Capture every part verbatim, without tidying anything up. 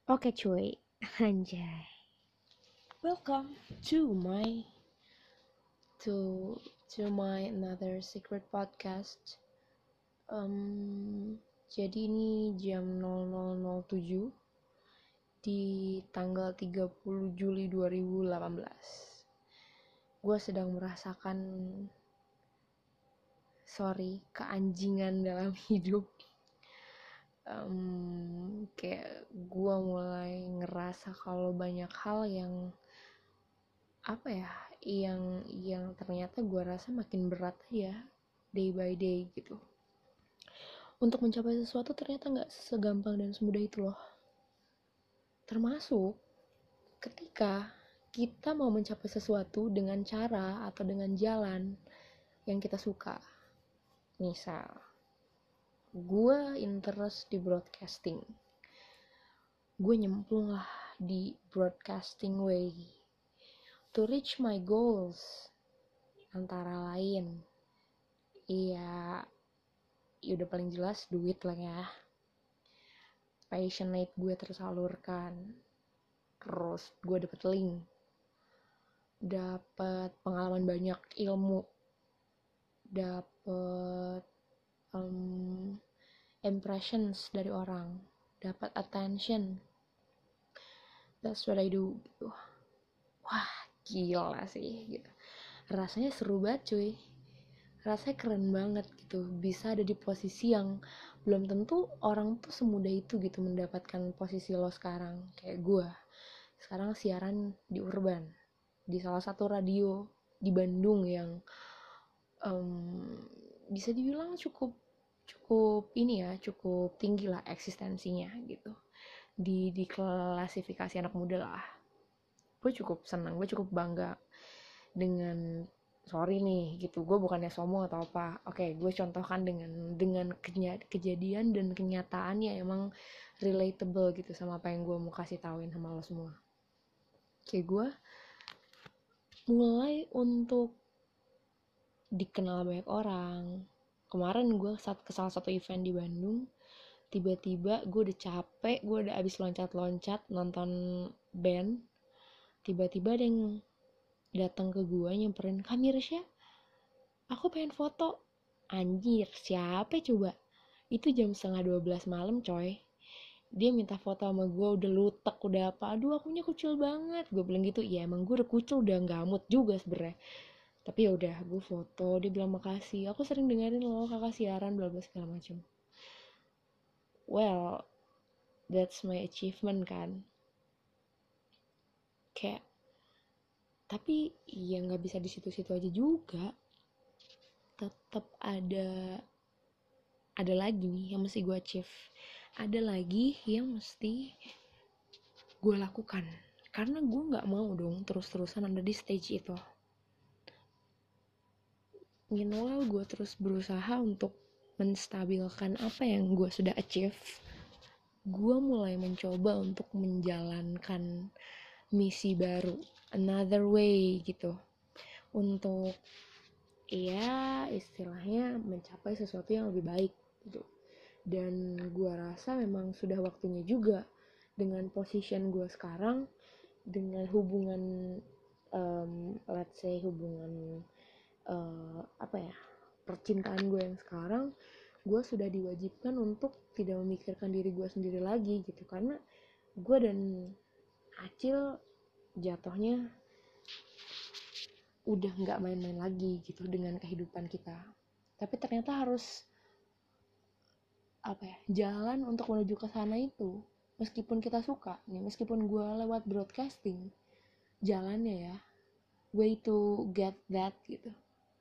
Oke cuy, anjay. Welcome to my to to my another secret podcast. Um, jadi ini jam nol nol nol tujuh di tanggal tiga puluh Juli dua ribu delapan belas. Gue sedang merasakan sorry keanjingan dalam hidup. Um, kayak gue mulai ngerasa kalau banyak hal yang apa ya yang yang ternyata gue rasa makin berat aja day by day gitu. Untuk mencapai sesuatu ternyata nggak segampang dan semudah itu loh. Termasuk ketika kita mau mencapai sesuatu dengan cara atau dengan jalan yang kita suka. Misal gue interest di broadcasting, gue nyemplung lah di broadcasting way to reach my goals, antara lain iya ya udah paling jelas duit lah ya, passionate gue tersalurkan, terus gue dapet link, dapet pengalaman banyak, ilmu, dapet um, impressions dari orang, dapat attention. That's what I do gitu. Wah gila sih gitu. Rasanya seru banget cuy, rasanya keren banget gitu, bisa ada di posisi yang belum tentu orang tuh semudah itu gitu mendapatkan posisi lo sekarang. Kayak gue sekarang siaran di Urban, di salah satu radio di Bandung yang um, bisa dibilang cukup cukup ini ya, cukup tinggi lah eksistensinya gitu di di klasifikasi anak muda lah. Gue cukup senang, gue cukup bangga dengan, sorry nih gitu, gue bukannya sombong atau apa, oke gue contohkan dengan dengan kenya, kejadian dan kenyataannya emang relatable gitu sama apa yang gue mau kasih tauin sama lo semua. Kayak gue mulai untuk dikenal banyak orang. Kemarin gue saat ke salah satu event di Bandung, tiba-tiba gue udah capek, gue udah abis loncat-loncat nonton band, tiba-tiba ada yang datang ke gue nyamperin, "Kak Mirsya, aku pengen foto." Anjir, siapa coba? Itu jam setengah dua belas malam coy. Dia minta foto sama gue, udah lutek, udah apa, aduh akunya kucil banget. Gue bilang gitu, ya emang gue udah kucil, udah gamut juga sebenernya. Tapi ya udah, gue foto, dia bilang makasih, aku sering dengerin lo kakak siaran, bla bla segala macam. Well, that's my achievement kan. Kayak, tapi ya nggak bisa di situ-situ aja juga. Tetap ada ada lagi nih yang mesti gue achieve, ada lagi yang mesti gue lakukan, karena gue nggak mau dong terus-terusan ada di stage itu. Meanwhile gue terus berusaha untuk menstabilkan apa yang gue sudah achieve. Gue mulai mencoba untuk menjalankan misi baru, another way gitu, untuk ya istilahnya mencapai sesuatu yang lebih baik gitu. Dan gue rasa memang sudah waktunya juga dengan position gue sekarang, dengan hubungan um, let's say hubungan uh, apa ya percintaan gue yang sekarang, gue sudah diwajibkan untuk tidak memikirkan diri gue sendiri lagi gitu, karena gue dan Acil jatuhnya udah nggak main-main lagi gitu dengan kehidupan kita. Tapi ternyata harus apa ya, jalan untuk menuju ke sana itu, meskipun kita suka nih, meskipun gue lewat broadcasting, jalannya ya, way to get that gitu,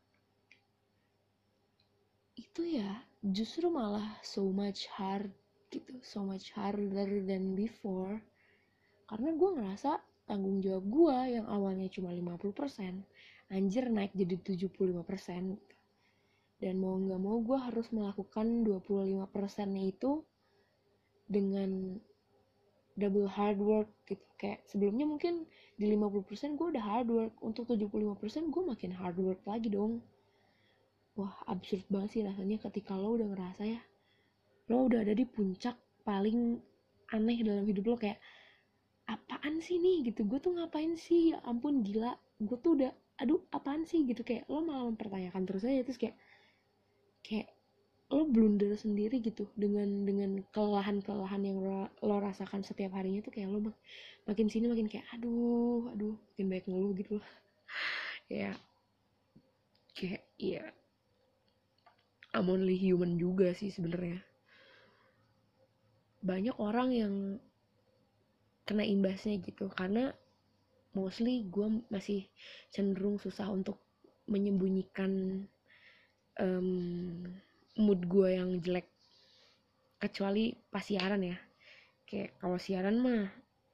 itu ya justru malah so much hard gitu, so much harder than before. Karena gue ngerasa tanggung jawab gue yang awalnya cuma lima puluh persen, anjir naik jadi tujuh puluh lima persen. Dan mau gak mau gue harus melakukan dua puluh lima persennya itu dengan double hard work gitu. Kayak sebelumnya mungkin di lima puluh persen gue udah hard work, untuk tujuh puluh lima persen gue makin hard work lagi dong. Wah absurd banget sih rasanya ketika lo udah ngerasa ya, lo udah ada di puncak paling aneh dalam hidup lo, kayak apaan sih nih gitu, gue tuh ngapain sih, ya ampun gila, gue tuh udah aduh apaan sih gitu, kayak lo malah mempertanyakan terus aja, terus kayak kayak lo blunder sendiri gitu dengan dengan kelelahan-kelelahan yang lo, lo rasakan setiap harinya tuh, kayak lo mak- makin sini makin kayak aduh aduh makin banyak ngeluh gitu loh. Ya kayak ya I'm only human juga sih sebenarnya. Banyak orang yang kena imbasnya gitu, karena mostly gue masih cenderung susah untuk menyembunyikan um, mood gue yang jelek, kecuali pas siaran ya. Kayak kalau siaran mah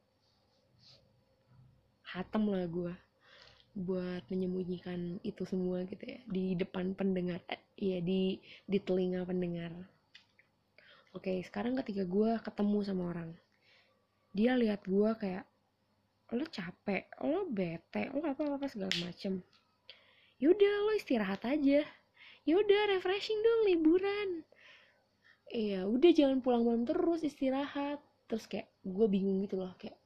hatem lah gue buat menyembunyikan itu semua gitu ya di depan pendengar, eh, ya di di telinga pendengar. Oke, sekarang ketika gue ketemu sama orang, dia lihat gue kayak lo capek, lo bete, lo apa apa segala macem. Yaudah lo istirahat aja. Yaudah refreshing dong, liburan. Iya, udah jangan pulang malam terus, istirahat. Terus kayak gue bingung gitu loh, kayak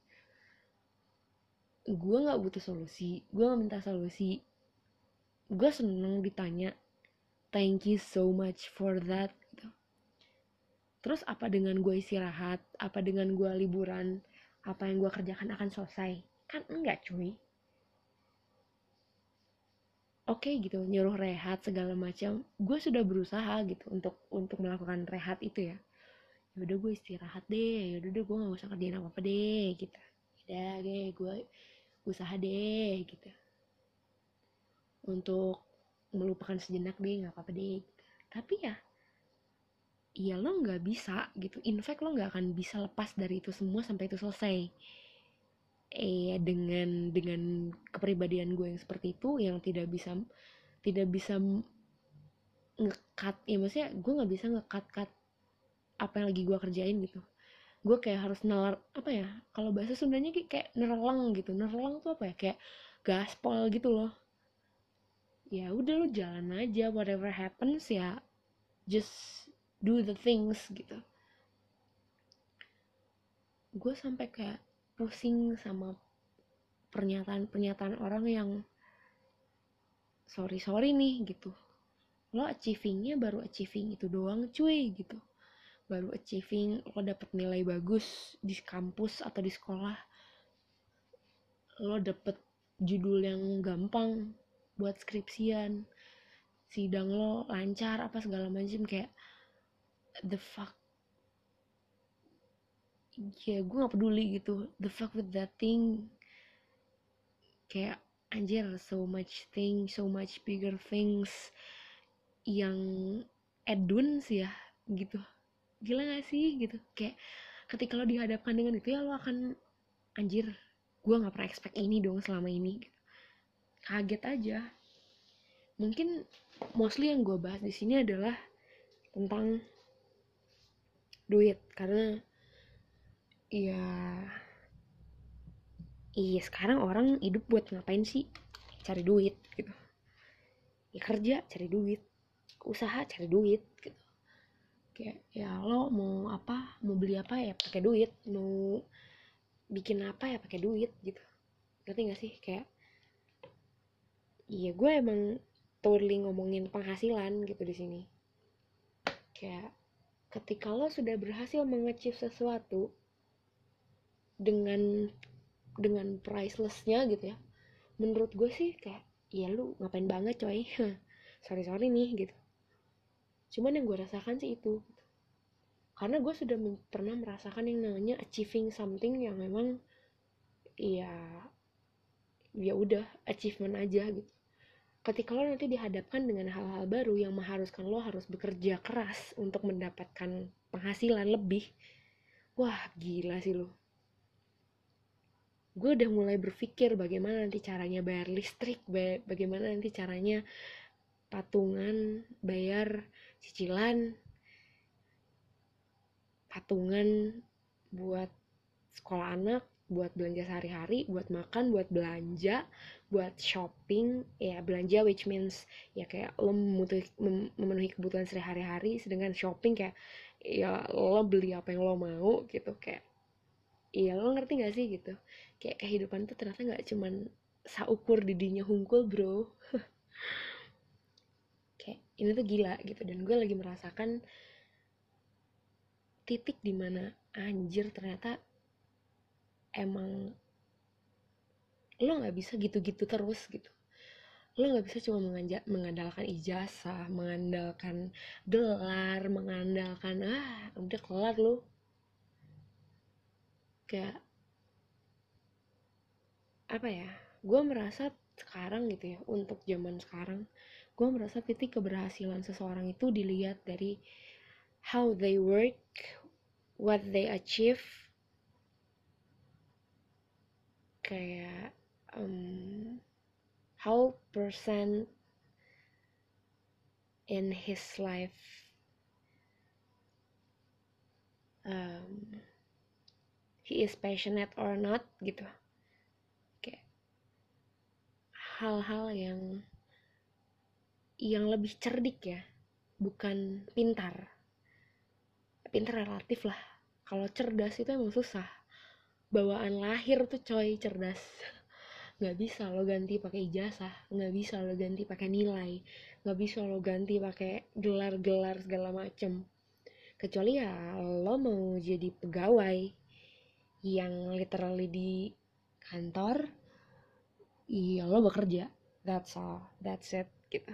gue nggak butuh solusi, gue nggak minta solusi, gue seneng ditanya thank you so much for that gitu. Terus apa dengan gue istirahat, apa dengan gue liburan, apa yang gue kerjakan akan selesai? Kan enggak cuy. Oke okay, gitu, nyuruh rehat segala macam, gue sudah berusaha gitu untuk untuk melakukan rehat itu ya. Ya udah gue istirahat deh, ya udah gue nggak usah kerjain apa apa deh gitu. Udah deh gue usaha deh gitu untuk melupakan sejenak deh, nggak apa-apa deh gitu. Tapi ya ya lo nggak bisa gitu, in fact lo nggak akan bisa lepas dari itu semua sampai itu selesai. Eh dengan dengan kepribadian gue yang seperti itu, yang tidak bisa tidak bisa ngekat, ya maksudnya gue nggak bisa ngekat kat apa yang lagi gue kerjain gitu. Gue kayak harus neler, apa ya, kalau bahasa Sundanya kayak nereleng gitu. Nereleng tuh apa ya, kayak gaspol gitu loh. Ya udah lo jalan aja, whatever happens ya just do the things gitu. Gue sampai kayak pusing sama pernyataan-pernyataan orang yang sorry sorry nih gitu, lo achievingnya baru achieving itu doang cuy gitu, baru achieving lo dapet nilai bagus di kampus atau di sekolah, lo dapet judul yang gampang buat skripsian, sidang lo lancar apa segala macam, kayak the fuck. Ya gue gak peduli gitu, the fuck with that thing. Kayak anjir, so much thing, so much bigger things yang edun sih ya gitu. Gila gak sih gitu, kayak ketika lo dihadapkan dengan itu ya lo akan anjir, gue gak pernah expect ini dong selama ini gitu. Kaget aja. Mungkin mostly yang gue bahas di sini adalah tentang duit, karena ya iya sekarang orang hidup buat ngapain sih? Cari duit gitu. Ya kerja cari duit, usaha cari duit gitu. Kayak ya lo mau apa, mau beli apa ya pakai duit, mau bikin apa ya pakai duit gitu. Ngerti gak sih? Kayak iya gue emang totally ngomongin penghasilan gitu di sini. Kayak ketika lo sudah berhasil mengachieve sesuatu dengan dengan pricelessnya gitu ya, menurut gue sih kayak ya lu ngapain banget coy. sorry sorry nih gitu. Cuman yang gue rasakan sih itu, karena gue sudah pernah merasakan yang namanya achieving something yang memang ya ya udah achievement aja gitu. Ketika lo nanti dihadapkan dengan hal-hal baru yang mengharuskan lo harus bekerja keras untuk mendapatkan penghasilan lebih, wah gila sih lo. Gue udah mulai berpikir bagaimana nanti caranya bayar listrik, bagaimana nanti caranya patungan, bayar cicilan, patungan buat sekolah anak, buat belanja sehari-hari, buat makan, buat belanja, buat shopping, ya belanja which means ya kayak lo memenuhi kebutuhan sehari-hari, sedangkan shopping kayak ya lo beli apa yang lo mau gitu, kayak Iya, lo ngerti gak sih gitu? Kayak kehidupan tuh ternyata gak cuman saukur didinya hungkul bro. Kayak ini tuh gila gitu. Dan gue lagi merasakan titik dimana anjir ternyata emang lo gak bisa gitu-gitu terus gitu. Lo gak bisa cuma menganja- mengandalkan ijazah, mengandalkan gelar, mengandalkan ah udah kelar lo. Kayak apa ya, gue merasa sekarang gitu ya, untuk zaman sekarang gue merasa titik keberhasilan seseorang itu dilihat dari how they work, what they achieve. Kayak um, how person in his life um, he is passionate or not gitu. Kayak hal-hal yang yang lebih cerdik ya, bukan pintar. Pintar relatif lah, kalau cerdas itu emang susah, bawaan lahir tuh coy cerdas. Nggak bisa lo ganti pakai ijazah, nggak bisa lo ganti pakai nilai, nggak bisa lo ganti pakai gelar-gelar segala macem. Kecuali ya lo mau jadi pegawai yang literally di kantor, iya lo bekerja, that's all, that's it gitu.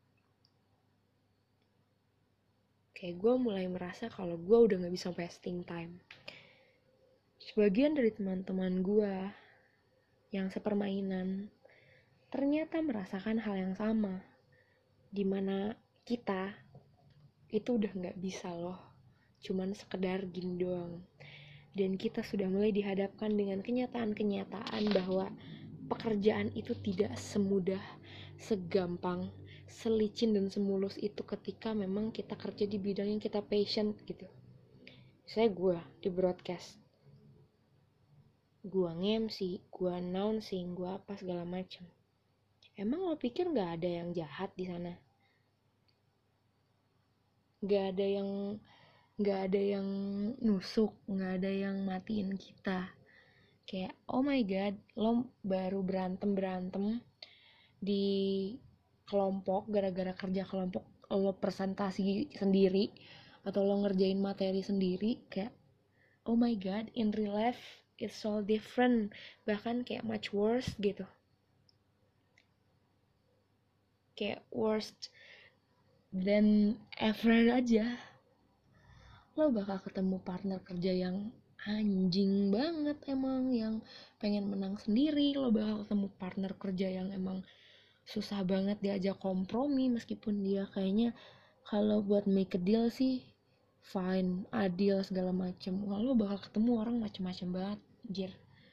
Kayak gue mulai merasa kalau gue udah nggak bisa wasting time. Sebagian dari teman-teman gue yang sepermainan ternyata merasakan hal yang sama, dimana kita itu udah gak bisa loh cuman sekedar gini doang. Dan kita sudah mulai dihadapkan dengan kenyataan-kenyataan bahwa pekerjaan itu tidak semudah, segampang, selicin dan semulus itu ketika memang kita kerja di bidang yang kita passion gitu. Saya gue di broadcast, gue nge-M C, gue announcing, gue apa segala macam. Emang lo pikir nggak ada yang jahat di sana? Nggak ada yang nggak ada yang nusuk, nggak ada yang matiin kita. Kayak oh my god, lo baru berantem berantem di kelompok gara-gara kerja kelompok, lo presentasi sendiri atau lo ngerjain materi sendiri. Kayak oh my god, in real life it's so different, bahkan kayak much worse gitu. Kayak worst than ever aja. Lo bakal ketemu partner kerja yang anjing banget emang, yang pengen menang sendiri. Lo bakal ketemu partner kerja yang emang susah banget diajak kompromi, meskipun dia kayaknya kalau buat make a deal sih fine, adil segala macem. Wah, lo bakal ketemu orang macem-macem banget, anjir.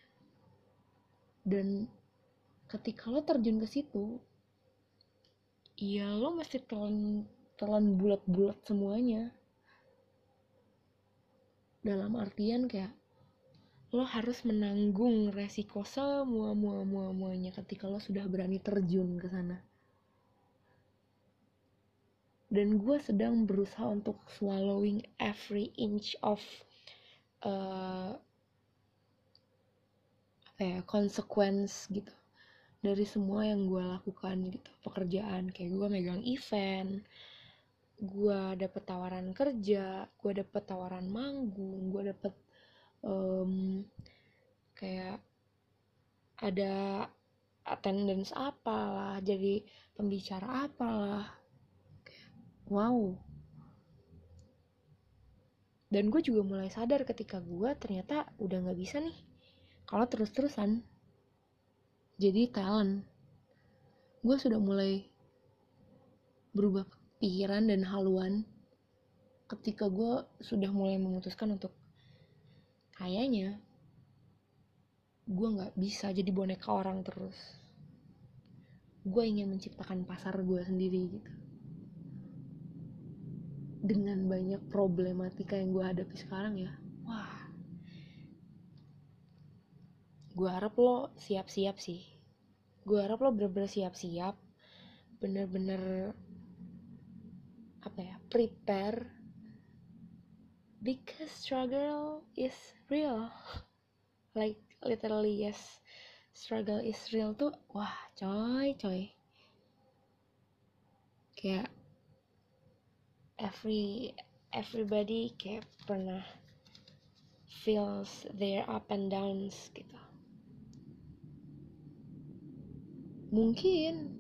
Dan ketika lo terjun ke situ, iya lo mesti telan telan bulat-bulat semuanya. Dalam artian kayak lo harus menanggung resiko semua mua mua muanya ketika lo sudah berani terjun ke sana. Dan gue sedang berusaha untuk swallowing every inch of uh, apa ya, consequence gitu dari semua yang gue lakukan gitu. Pekerjaan kayak gue megang event, gue dapet tawaran kerja, gue dapet tawaran manggung, gue dapet um, kayak ada attendance apalah, jadi pembicara apalah. Wow. Dan gue juga mulai sadar ketika gue ternyata udah gak bisa nih kalau terus-terusan jadi talent. Gue sudah mulai berubah pikiran dan haluan ketika gue sudah mulai memutuskan untuk kayaknya gue gak bisa jadi boneka orang terus. Gue ingin menciptakan pasar gue sendiri gitu. Dengan banyak problematika yang gue hadapi sekarang ya, wah, gue harap lo siap-siap sih. Gue harap lo bener-bener siap-siap, bener-bener apa ya, prepare, because struggle is real. like literally yes, struggle is real tuh. Wah coy coy, kayak every everybody kayak pernah feels their up and downs gitu. Mungkin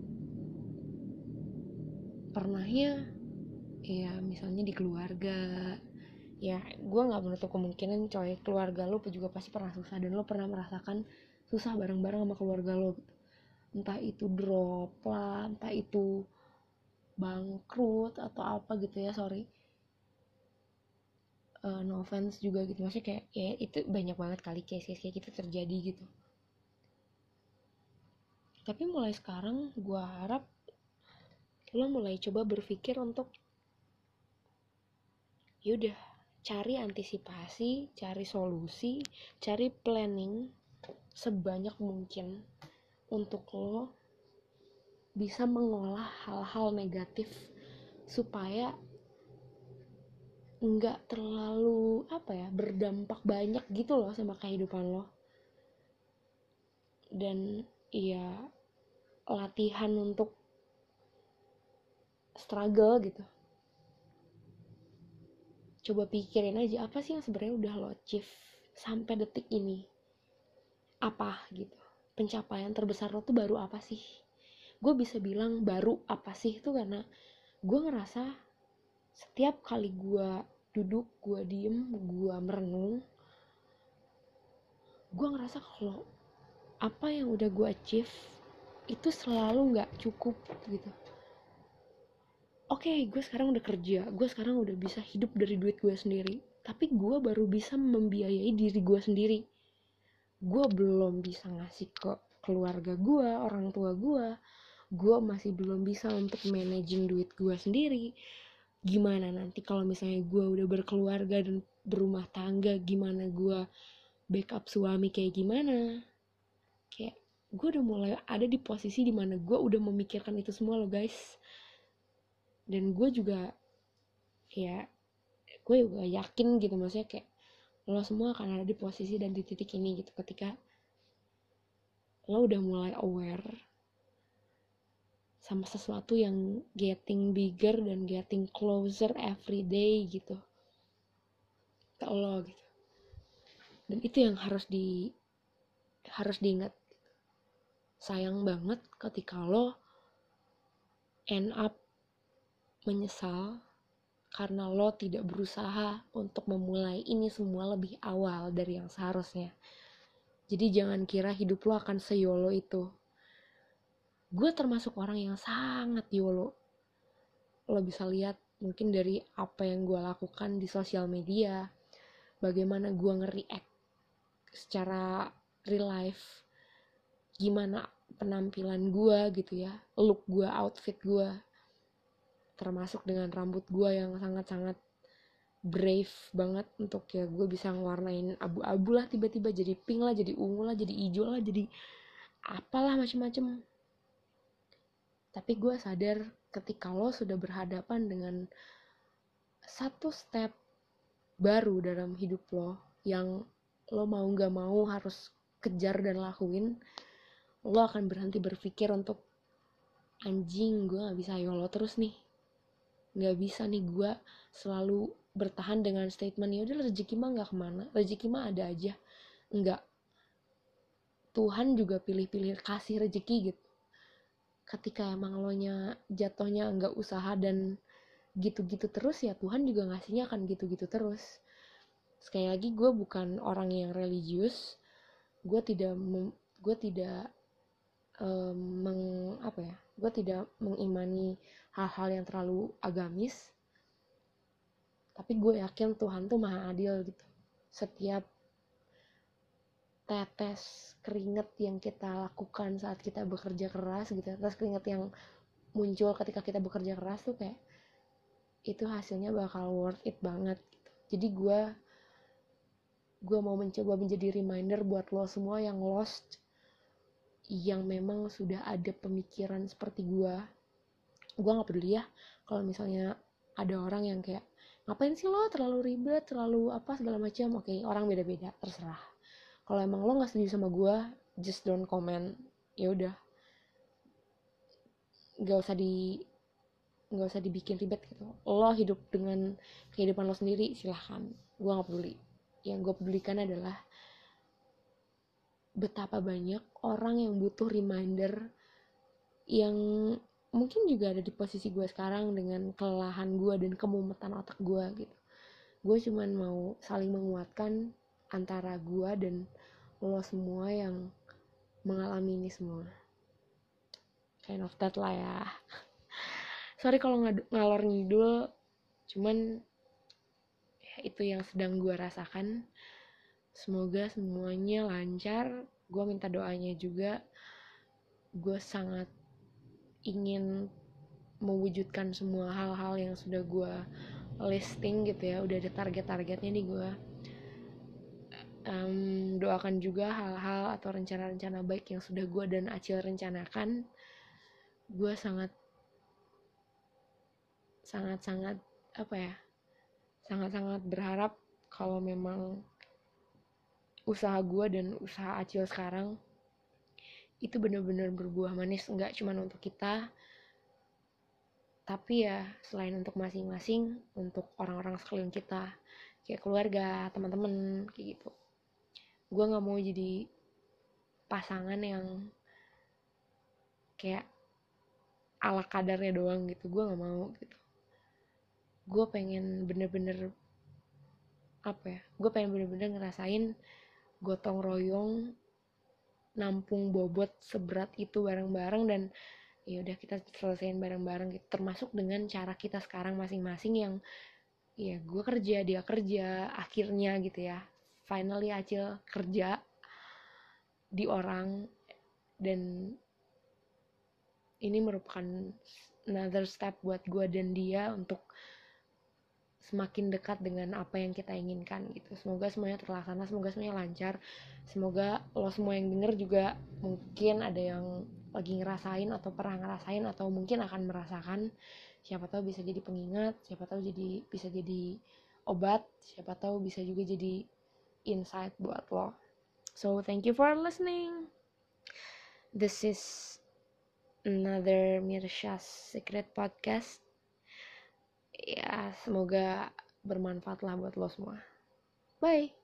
pernahnya ya misalnya di keluarga, ya gue nggak menutup kemungkinan coy, keluarga lo juga pasti pernah susah dan lo pernah merasakan susah bareng-bareng sama keluarga lo gitu. Entah itu drop lah, entah itu bangkrut atau apa gitu ya, sorry, uh, no offense juga gitu, maksudnya kayak ya itu banyak banget kali case-case kayak gitu terjadi gitu. Tapi mulai sekarang gue harap lo mulai coba berpikir untuk yaudah cari antisipasi, cari solusi, cari planning sebanyak mungkin untuk lo bisa mengolah hal-hal negatif supaya nggak terlalu apa ya berdampak banyak gitu loh sama kehidupan lo. Dan ya latihan untuk struggle gitu. Coba pikirin aja apa sih yang sebenarnya udah lo achieve sampai detik ini, apa gitu pencapaian terbesar lo tuh baru apa sih. Gue bisa bilang baru apa sih itu karena gue ngerasa setiap kali gue duduk, gue diem, gue merenung, gue ngerasa kalau apa yang udah gue achieve itu selalu gak cukup gitu. Oke, okay, gue sekarang udah kerja, gue sekarang udah bisa hidup dari duit gue sendiri, tapi gue baru bisa membiayai diri gue sendiri. Gue belum bisa ngasih ke keluarga gue, orang tua gue. Gue masih belum bisa untuk managing duit gue sendiri. Gimana nanti kalau misalnya gue udah berkeluarga dan berumah tangga, gimana gue backup suami kayak gimana. Kayak gue udah mulai ada di posisi dimana gue udah memikirkan itu semua loh guys. Dan gue juga ya gue juga yakin gitu, maksudnya kayak lo semua akan ada di posisi dan di titik ini gitu ketika lo udah mulai aware sama sesuatu yang getting bigger dan getting closer every day gitu ke lo gitu. Dan itu yang harus di harus diingat. Sayang banget ketika lo end up menyesal karena lo tidak berusaha untuk memulai ini semua lebih awal dari yang seharusnya. Jadi jangan kira hidup lo akan se-YOLO itu. Gue termasuk orang yang sangat YOLO. Lo bisa lihat mungkin dari apa yang gue lakukan di sosial media, bagaimana gue nge-react secara real life, gimana penampilan gue gitu ya, look gue, outfit gue, termasuk dengan rambut gue yang sangat-sangat brave banget untuk ya gue bisa ngewarnain abu-abu lah, tiba-tiba jadi pink lah, jadi ungu lah, jadi hijau lah, jadi apalah macem-macem. Tapi gue sadar ketika lo sudah berhadapan dengan satu step baru dalam hidup lo yang lo mau gak mau harus kejar dan lakuin, lo akan berhenti berpikir untuk anjing gue gak bisa YOLO terus nih, gak bisa nih gue selalu bertahan dengan statement ya udah rezeki mah gak kemana, rezeki mah ada aja. Enggak, Tuhan juga pilih-pilih kasih rezeki gitu. Ketika emang lo nya jatuhnya gak usaha dan gitu-gitu terus, ya Tuhan juga ngasihnya akan gitu-gitu terus. Sekali lagi gue bukan orang yang religius, gue tidak mem- gue tidak um, meng apa ya gue tidak mengimani hal-hal yang terlalu agamis, tapi gue yakin Tuhan tuh maha adil gitu. Setiap tetes keringat yang kita lakukan saat kita bekerja keras gitu, tetes keringat yang muncul ketika kita bekerja keras tuh kayak itu hasilnya bakal worth it banget gitu. Jadi gue gue mau mencoba menjadi reminder buat lo semua yang lost, yang memang sudah ada pemikiran seperti gue. Gue gak peduli ya kalau misalnya ada orang yang kayak ngapain sih lo terlalu ribet, terlalu apa segala macam. Oke, orang beda-beda, terserah. Kalau emang lo nggak setuju sama gue, just don't comment. Ya udah, nggak usah di nggak usah dibikin ribet gitu. Lo hidup dengan kehidupan lo sendiri, silahkan, gue nggak peduli. Yang gue pedulikan adalah betapa banyak orang yang butuh reminder, yang mungkin juga ada di posisi gue sekarang dengan kelelahan gue dan kemumetan otak gue gitu. Gue cuman mau saling menguatkan antara gue dan lo semua yang mengalami ini semua. Kind of that lah ya. Sorry kalau ng- ngalor ngidul, cuman ya itu yang sedang gue rasakan. Semoga semuanya lancar. Gue minta doanya juga. Gue sangat ingin mewujudkan semua hal-hal yang sudah gue listing gitu ya. Udah ada target-targetnya nih gue. Um, doakan juga hal-hal atau rencana-rencana baik yang sudah gue dan Acil rencanakan. Gue sangat sangat-sangat apa ya, sangat-sangat berharap kalau memang usaha gue dan usaha Acil sekarang itu benar-benar berbuah manis, nggak cuma untuk kita, tapi ya selain untuk masing-masing, untuk orang-orang sekeliling kita, kayak keluarga, teman-teman, kayak gitu. Gue nggak mau jadi pasangan yang kayak ala kadarnya doang gitu, gue nggak mau gitu. Gue pengen bener-bener apa ya, gue pengen bener-bener ngerasain gotong royong, nampung bobot seberat itu bareng-bareng, dan ya udah kita selesaiin bareng-bareng gitu, termasuk dengan cara kita sekarang masing-masing yang ya gue kerja, dia kerja, akhirnya gitu ya, finally Acil kerja di orang, dan ini merupakan another step buat gue dan dia untuk semakin dekat dengan apa yang kita inginkan gitu. Semoga semuanya terlaksana, semoga semuanya lancar, semoga lo semua yang denger juga mungkin ada yang lagi ngerasain atau pernah ngerasain atau mungkin akan merasakan. Siapa tahu bisa jadi pengingat, siapa tahu jadi bisa jadi obat, siapa tahu bisa juga jadi insight buat lo. So thank you for listening. This is another Mirsha's Secret Podcast. Ya, semoga bermanfaat lah buat lo semua. Bye.